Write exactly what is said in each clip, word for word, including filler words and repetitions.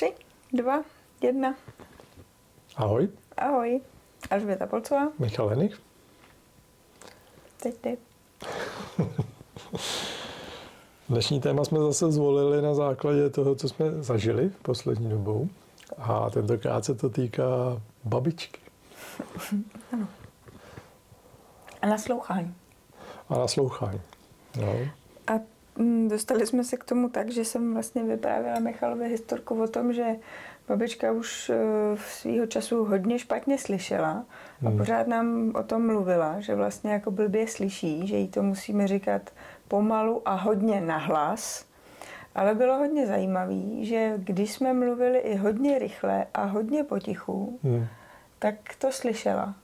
Tři, dva, jedna. Ahoj. Ahoj. Alžběta Polcová. Michal Henich. Teď ty. Dnešní téma jsme zase zvolili na základě toho, co jsme zažili v poslední dobou. A tentokrát se to týká babičky. Ano. A naslouchání. A naslouchání. No. A dostali jsme se k tomu tak, že jsem vlastně vyprávěla Michalovi historku o tom, že babička už svýho času hodně špatně slyšela a hmm. pořád nám o tom mluvila, že vlastně jako blbě slyší, že jí to musíme říkat pomalu a hodně nahlas. Ale bylo hodně zajímavé, že když jsme mluvili i hodně rychle a hodně potichu, hmm. tak to slyšela.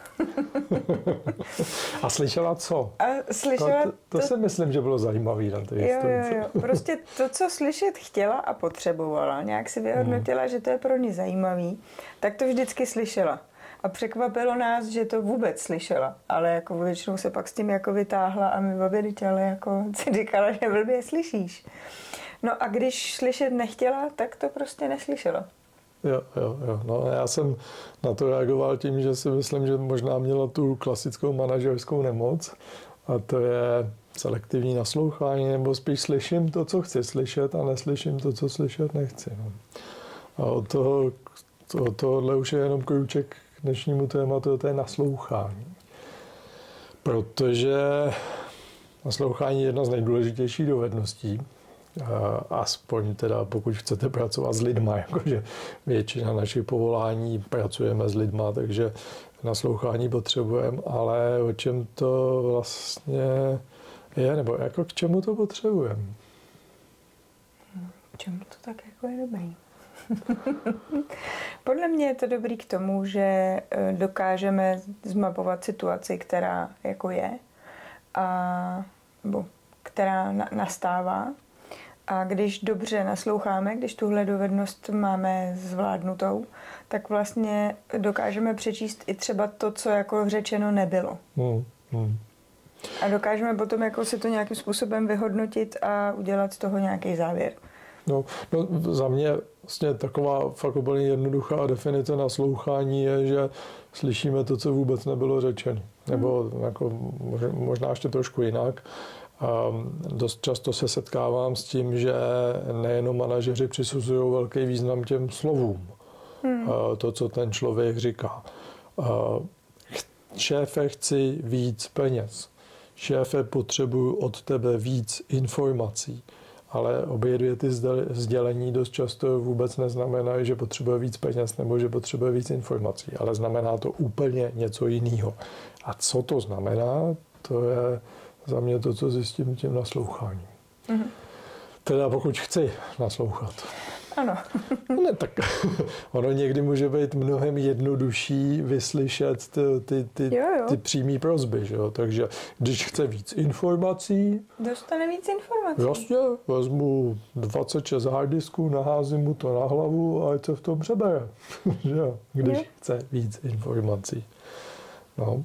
A slyšela co? A slyšela to, to, to, to si myslím, že bylo zajímavé na té historice. Jo, jo. Prostě to, co slyšet chtěla a potřebovala, nějak si vyhodnotila, hmm. že to je pro ní zajímavý, tak to vždycky slyšela. A překvapilo nás, že to vůbec slyšela. Ale jako většinou se pak s tím jako vytáhla a my babě ale jako si říkala, že blbě slyšíš. No a když slyšet nechtěla, tak to prostě neslyšela. Jo, jo, jo. No, já jsem na to reagoval tím, že si myslím, že možná měla tu klasickou manažerskou nemoc a to je selektivní naslouchání, nebo spíš slyším to, co chci slyšet a neslyším to, co slyšet nechci. No. A od toho, to, tohle už je jenom krůček k dnešnímu tématu, to je naslouchání. Protože naslouchání je jedna z nejdůležitějších dovedností, aspoň teda pokud chcete pracovat s lidma, jakože většina našich povolání pracujeme s lidma, takže naslouchání potřebujeme, ale o čem to vlastně je, nebo jako k čemu to potřebujeme? K čemu to tak jako je dobrý? Podle mě je to dobrý k tomu, že dokážeme zmapovat situaci, která jako je, a, nebo která na, nastává. A když dobře nasloucháme, když tuhle dovednost máme zvládnutou, tak vlastně dokážeme přečíst i třeba to, co jako řečeno nebylo. Hmm, hmm. A dokážeme potom jako si to nějakým způsobem vyhodnotit a udělat z toho nějaký závěr. No, no za mě vlastně taková fakt úplně jednoduchá definice naslouchání je, že slyšíme to, co vůbec nebylo řečeno. Nebo hmm. jako možná ještě trošku jinak. A dost často se setkávám s tím, že nejenom manažeři přisuzují velký význam těm slovům. Hmm. To, co ten člověk říká. Šéfe, chci víc peněz. Šéfe, potřebuju od tebe víc informací. Ale obě dvě ty sdělení dost často vůbec neznamenají, že potřebuje víc peněz nebo že potřebuje víc informací. Ale znamená to úplně něco jiného. A co to znamená, to je za mě to, co zjistím tím nasloucháním. Mm-hmm. Teda pokud chci naslouchat. Ano. Ne, tak ono někdy může být mnohem jednodušší vyslyšet ty, ty, ty, jo, jo. ty přímý prosby. Že jo? Takže když chce víc informací... Dostane víc informací. Jasně, vezmu dvacet šest harddisků, naházím mu to na hlavu a ať se v tom přebere. Že jo? Když jo. chce víc informací. No.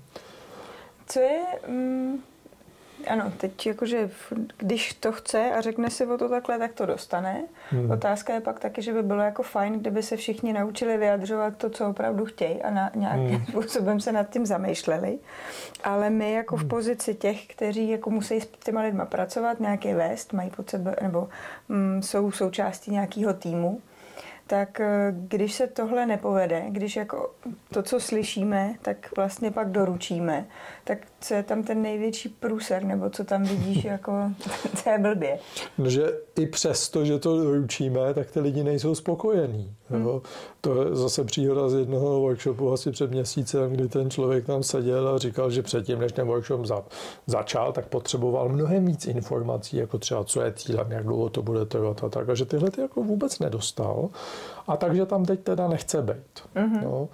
Co je... Mm... Ano, teď jakože, když to chce a řekne si o to takhle, tak to dostane. Hmm. Otázka je pak taky, že by bylo jako fajn, kdyby se všichni naučili vyjadřovat to, co opravdu chtějí a na nějakým hmm. způsobem se nad tím zamýšleli. Ale my jako v pozici těch, kteří jako musí s těma lidma pracovat, nějaký vést, mají pod sebe, nebo mm, jsou součástí nějakého týmu, tak když se tohle nepovede, když jako to, co slyšíme, tak vlastně pak doručíme, tak co je tam ten největší průser, nebo co tam vidíš jako, to je blbě. No, že i přesto, že to doručíme, tak ty lidi nejsou spokojení. Hmm. Jo? To je zase příhoda z jednoho workshopu asi před měsícem, kdy ten člověk tam seděl a říkal, že předtím, než ten workshop za, začal, tak potřeboval mnohem víc informací, jako třeba co je cílem, jak dlouho to bude trvat a tak. A že tyhle ty jako vůbec nedostal. A takže tam teď teda nechce být. Mm-hmm. No.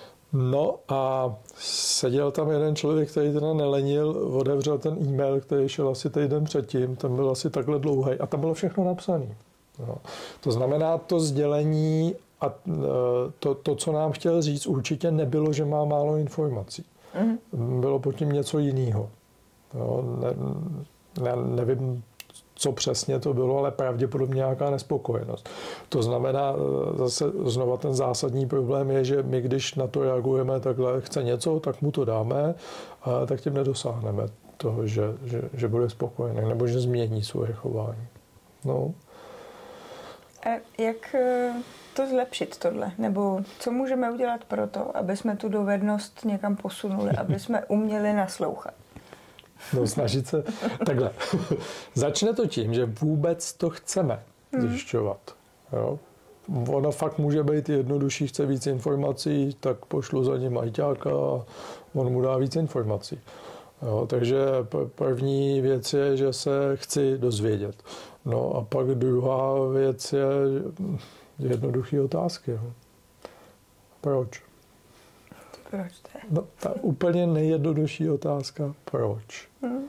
no a seděl tam jeden člověk, který teda nelenil, otevřel ten e-mail, který šel asi týden předtím, ten byl asi takhle dlouhý a tam bylo všechno napsané. No. To znamená, to sdělení a to, to, co nám chtěl říct, určitě nebylo, že má málo informací. Mm-hmm. Bylo pod tím něco jiného. No, ne, ne, nevím, co přesně to bylo, ale pravděpodobně nějaká nespokojenost. To znamená, zase znova ten zásadní problém je, že my, když na to reagujeme takhle, chce něco, tak mu to dáme, a tak tím nedosáhneme toho, že, že, že bude spokojený, nebo že změní svoje chování. No. A jak to zlepšit tohle? Nebo co můžeme udělat pro to, aby jsme tu dovednost někam posunuli, aby jsme uměli naslouchat? No, snažit se takhle. Začne to tím, že vůbec to chceme zjišťovat. Jo? Ono fakt může být jednodušší, chce víc informací, tak pošlu za ním ajťáka a on mu dá víc informací. Jo? Takže první věc je, že se chci dozvědět. No a pak druhá věc je jednoduché otázky. Jo? Proč? Proč to je? No, ta úplně nejjednodušší otázka, proč? Hmm.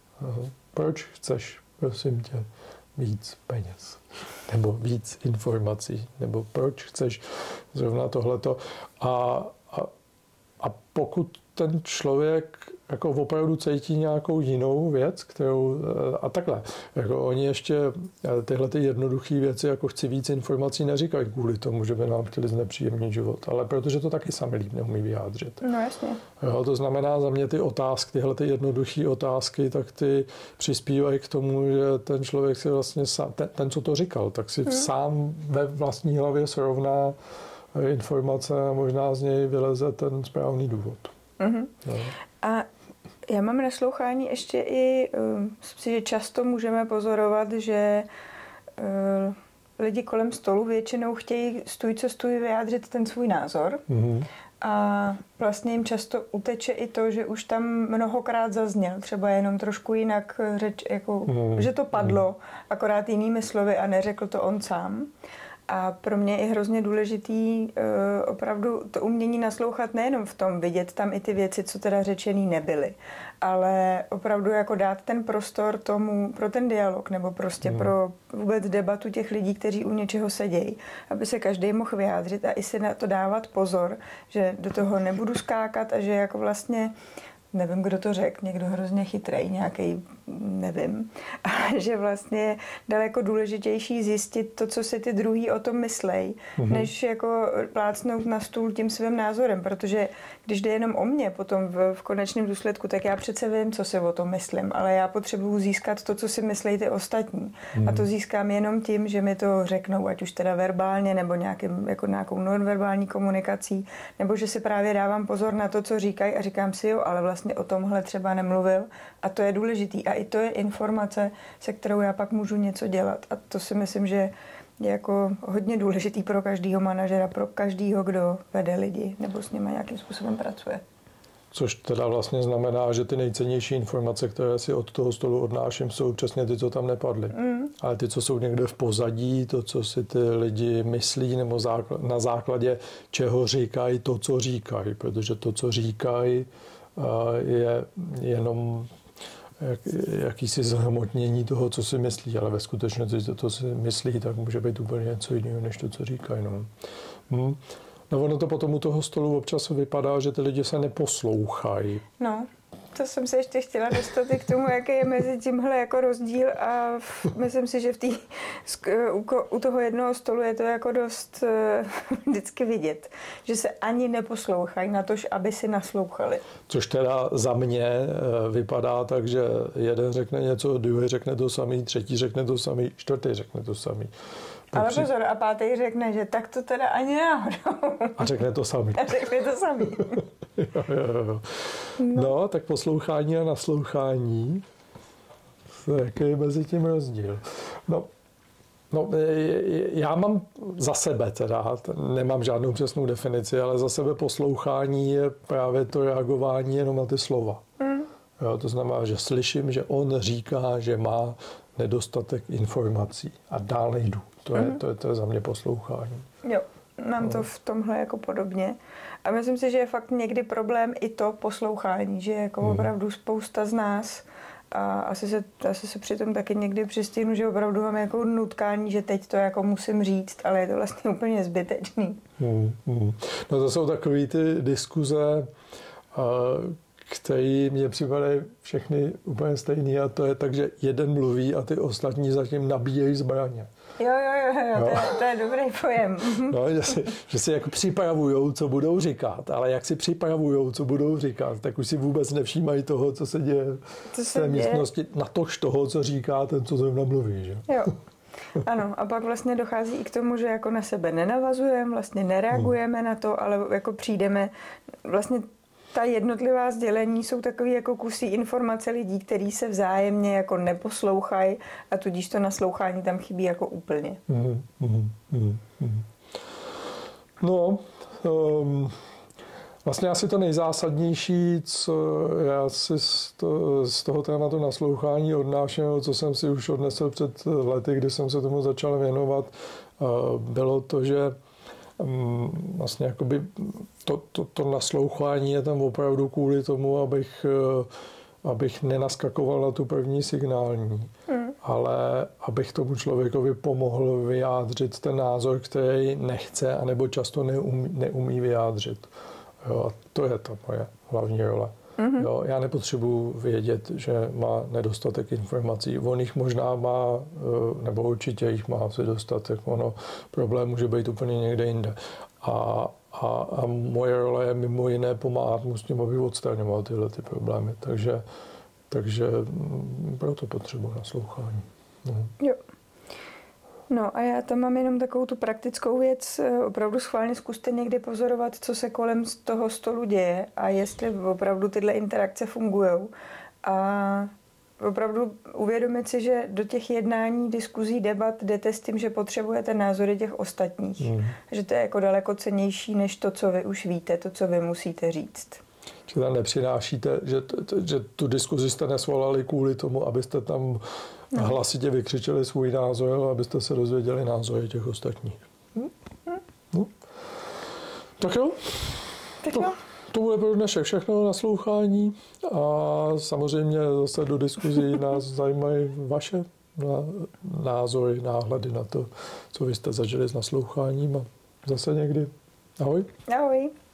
Proč chceš, prosím tě, víc peněz? Nebo víc informací? Nebo proč chceš zrovna tohleto? A, a, a pokud ten člověk jako opravdu cítí nějakou jinou věc, kterou, a takhle, jako oni ještě tyhle ty jednoduché věci, jako chci víc informací, neříkají kvůli tomu, že by nám chtěli znepříjemnit život, ale protože to taky sami líp neumí vyjádřit. No jasně. Jo, to znamená za mě ty otázky, tyhle ty jednoduché otázky, tak ty přispívají k tomu, že ten člověk si vlastně sám, ten, ten co to říkal, tak si hmm. sám ve vlastní hlavě srovná informace a možná z něj vyleze ten správný důvod. Mm-hmm. No. A já mám naslouchání ještě i, myslím si, že často můžeme pozorovat, že uh, lidi kolem stolu většinou chtějí stůj co stůj vyjádřit ten svůj názor. Mm-hmm. A vlastně jim často uteče i to, že už tam mnohokrát zazněl, třeba jenom trošku jinak řeč, jako, mm-hmm. že to padlo, akorát jinými slovy a neřekl to on sám. A pro mě je hrozně důležitý uh, opravdu to umění naslouchat nejenom v tom, vidět tam i ty věci, co teda řečený nebyly, ale opravdu jako dát ten prostor tomu pro ten dialog nebo prostě hmm. pro vůbec debatu těch lidí, kteří u něčeho sedějí, aby se každý mohl vyjádřit a i si na to dávat pozor, že do toho nebudu skákat a že jako vlastně nevím, kdo to řekl, někdo hrozně chytrej, nějaký, nevím, a že vlastně je daleko důležitější zjistit to, co si ty druhý o tom myslej, mm-hmm. než jako plácnout na stůl tím svým názorem, protože když jde jenom o mě potom v, v konečném důsledku, tak já přece vím, co si o tom myslím, ale já potřebuju získat to, co si myslí ty ostatní. Mm-hmm. A to získám jenom tím, že mi to řeknou, ať už teda verbálně, nebo nějakým, jako nějakou nonverbální komunikací, nebo že si právě dávám pozor na to, co říkají a říkám si, jo, ale vlastně o tomhle třeba nemluvil a to je důležitý. A i to je informace, se kterou já pak můžu něco dělat. A to si myslím, že je jako hodně důležitý pro každého manažera, pro každého, kdo vede lidi nebo s nimi nějakým způsobem pracuje. Což teda vlastně znamená, že ty nejcennější informace, které si od toho stolu odnáším, jsou přesně ty, co tam nepadly. Mm. Ale ty, co jsou někde v pozadí, to, co si ty lidi myslí, nebo na základě čeho říkají to, co říkají. Protože to, co říkají, je jenom jak, jakýsi zhmotnění toho, co si myslí, ale ve skutečnosti to, co si myslí, tak může být úplně něco jiného, než to, co říkají. No. Hm. No ono to potom u toho stolu občas vypadá, že ty lidi se neposlouchají. No, to jsem se ještě chtěla dostat i k tomu, jaký je mezi tímhle jako rozdíl a myslím si, že v tý, u, u toho jednoho stolu je to jako dost uh, vždycky vidět, že se ani neposlouchají na to, aby si naslouchali. Což teda za mě vypadá tak, že jeden řekne něco, druhý řekne to samý, třetí řekne to samý, čtvrtý řekne to samý. Ale pozor, a pátý řekne, že tak to teda ani náhodou. A řekne to samý. A řekne to samý. jo, jo, jo. No. no, tak poslouchání a naslouchání. Jaký je mezi tím rozdíl? No, no, já mám za sebe teda, nemám žádnou přesnou definici, ale za sebe poslouchání je právě to reagování jenom na ty slova. Mm. Jo, to znamená, že slyším, že on říká, že má nedostatek informací a dál nejdu. To je, mm. to je, to je za mě poslouchání. Jo, mám to v tomhle jako podobně. A myslím si, že je fakt někdy problém i to poslouchání, že jako mm. opravdu spousta z nás a asi se, asi se přitom taky někdy přistihnu, že opravdu mám jako nutkání, že teď to jako musím říct, ale je to vlastně úplně zbytečný. Mm. Mm. No to jsou takový ty diskuze, který mně připadají všechny úplně stejný a to je tak, že jeden mluví a ty ostatní zatím nabíjejí zbraně. Jo, jo, jo, jo. To, je, to je dobrý pojem. No, že si, že si jako připravujou, co budou říkat, ale jak si připravujou, co budou říkat, tak už si vůbec nevšímají toho, co se děje co v té místnosti, natož toho, co říká ten, co zrovna mluví. Že? Jo. Ano, a pak vlastně dochází i k tomu, že jako na sebe nenavazujeme, vlastně nereagujeme hmm. na to, ale jako přijdeme, vlastně ta jednotlivá sdělení jsou takový jako kusí informace lidí, který se vzájemně jako neposlouchají a tudíž to naslouchání tam chybí jako úplně. Hmm, hmm, hmm, hmm. No, um, vlastně asi to nejzásadnější, co já si z, to, z toho tématu naslouchání odnášel, co jsem si už odnesl před lety, kdy jsem se tomu začal věnovat, bylo to, že vlastně jakoby to, to, to naslouchání je tam opravdu kvůli tomu, abych, abych nenaskakoval na tu první signální, hmm. ale abych tomu člověkovi pomohl vyjádřit ten názor, který nechce, anebo často neumí, neumí vyjádřit. Jo, a to je ta moje hlavní role. Mm-hmm. Jo, já nepotřebuji vědět, že má nedostatek informací. On jich možná má, nebo určitě jich má asi dostatek. Ono, problém může být úplně někde jinde. A, a, a moje role je mimo jiné pomáhat mu s tím, aby odstraňoval tyhle ty problémy. Takže, takže proto potřebuji naslouchání. Mhm. Jo. No a já tam mám jenom takovou tu praktickou věc. Opravdu schválně zkuste někdy pozorovat, co se kolem z toho stolu děje a jestli opravdu tyhle interakce fungujou. A opravdu uvědomit si, že do těch jednání, diskuzí, debat jdete s tím, že potřebujete názory těch ostatních. Mm. Že to je jako daleko cennější, než to, co vy už víte, to, co vy musíte říct. Že tam nepřinášíte, že, že tu diskuzi jste nesvolali kvůli tomu, abyste tam no. hlasitě vykřičeli svůj názor, abyste se dozvěděli názory těch ostatních. Hm? Hm? No. Tak jo. Tak to, jo. To bude pro dnešek všechno, naslouchání a samozřejmě zase do diskuzí nás zajímají vaše názory, náhledy na to, co vy jste zažili s nasloucháním a zase někdy. Ahoj. Ahoj.